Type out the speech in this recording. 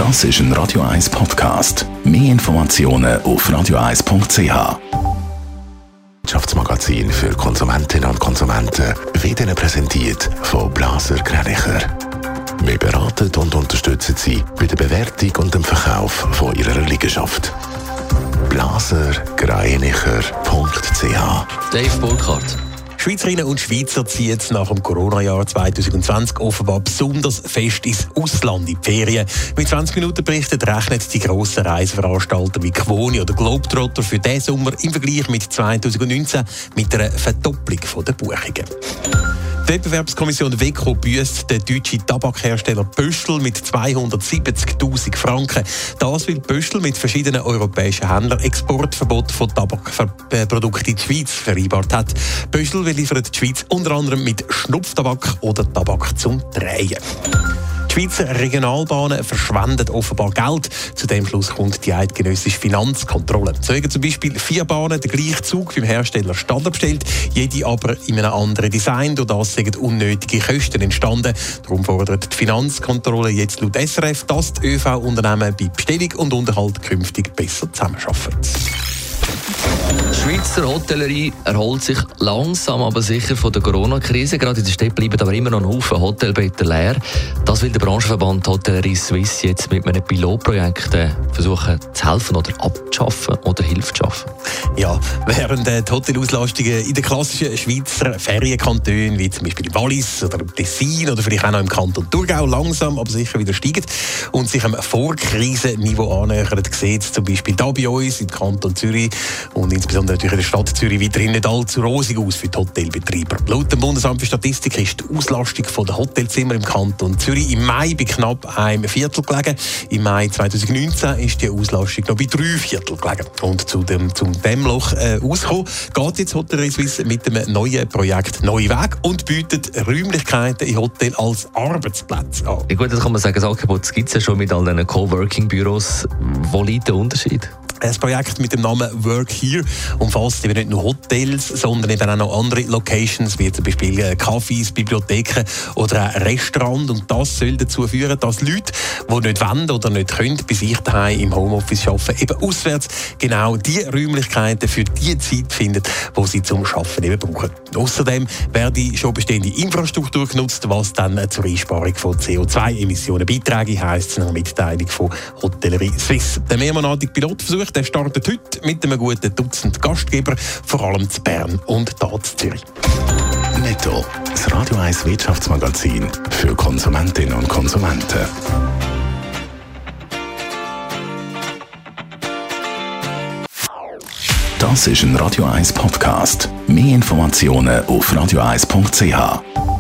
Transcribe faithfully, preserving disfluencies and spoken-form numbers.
Das ist ein Radio eins Podcast. Mehr Informationen auf radio eins punkt c h. Wirtschaftsmagazin für Konsumentinnen und Konsumenten wird Ihnen präsentiert von Blaser Greinicher. Wir beraten und unterstützen Sie bei der Bewertung und dem Verkauf von Ihrer Liegenschaft. blaser greinicher punkt c h. Dave Burkhardt. Schweizerinnen und Schweizer ziehen jetzt nach dem Corona-Jahr zwanzig zwanzig offenbar besonders fest ins Ausland, in die Ferien. Mit zwanzig Minuten berichtet, rechnet die grossen Reiseveranstalter wie Quoni oder Globetrotter für diesen Sommer im Vergleich mit zwanzig neunzehn mit einer Verdopplung der Buchungen. Die Wettbewerbskommission WECO büßt den deutschen Tabakhersteller Pöschl mit zweihundertsiebzigtausend Franken. Das, weil Pöschl mit verschiedenen europäischen Händlern Exportverbot von Tabakprodukten in die Schweiz vereinbart hat. Pöschl liefert die Schweiz unter anderem mit Schnupftabak oder Tabak zum Drehen. Die Schweizer Regionalbahnen verschwenden offenbar Geld. Zu dem Schluss kommt die eidgenössische Finanzkontrolle. So haben zum Beispiel vier Bahnen den gleichen Zug beim Hersteller Stadler bestellt, jede aber in einem anderen Design. Durch das sind unnötige Kosten entstanden. Darum fordert die Finanzkontrolle jetzt laut S R F, dass die ÖV-Unternehmen bei Bestellung und Unterhalt künftig besser zusammenarbeiten. Die Schweizer Hotellerie erholt sich langsam aber sicher von der Corona-Krise. Gerade in der Stadt bleiben aber immer noch ein Haufen Hotelbetten leer. Das will der Branchenverband Hotellerie Suisse jetzt mit einem Pilotprojekt versuchen zu helfen oder abzuschaffen oder Hilfe zu schaffen. Ja, während die Hotelauslastungen in den klassischen Schweizer Ferienkantonen, wie zum Beispiel Wallis oder Tessin oder vielleicht auch noch im Kanton Thurgau, langsam aber sicher wieder steigen und sich am Vorkrisenniveau annähern, sieht es zum Beispiel hier bei uns im Kanton Zürich und insbesondere natürlich in der Stadt Zürich weiterhin nicht allzu rosig aus für die Hotelbetreiber. Laut dem Bundesamt für Statistik ist die Auslastung der Hotelzimmer im Kanton Zürich im Mai bei knapp einem Viertel gelegen. Im Mai zwanzig neunzehn ist die Auslastung noch bei drei Viertel gelegen. Und zu dem, zum Dämmloch äh, auskommen, geht jetzt Hotellerie Suisse mit einem neuen Projekt «Neue Weg» und bietet Räumlichkeiten in Hotels als Arbeitsplätze an. Ja gut, das kann man sagen, das Angebot gibt es ja schon mit all diesen Coworking-Büros. Wo liegt der Unterschied? Das Projekt mit dem Namen Work Here umfasst eben nicht nur Hotels, sondern eben auch noch andere Locations, wie zum Beispiel Cafés, Bibliotheken oder auch Restaurants. Und das soll dazu führen, dass Leute, die nicht wollen oder nicht können, bei sich daheim im Homeoffice arbeiten, eben auswärts genau die Räumlichkeiten für die Zeit finden, die sie zum Arbeiten eben brauchen. Außerdem wird die schon bestehende Infrastruktur genutzt, was dann zur Einsparung von C O zwei Emissionen beiträgt, heisst es in einer Mitteilung von Hotellerie Suisse. Der mehrmonatige Pilotversuch der startet heute mit einem guten Dutzend Gastgeber, vor allem zu Bern und hier in Zürich. Netto, das Radio eins Wirtschaftsmagazin für Konsumentinnen und Konsumenten. Das ist ein Radio eins Podcast. Mehr Informationen auf radio eins punkt c h.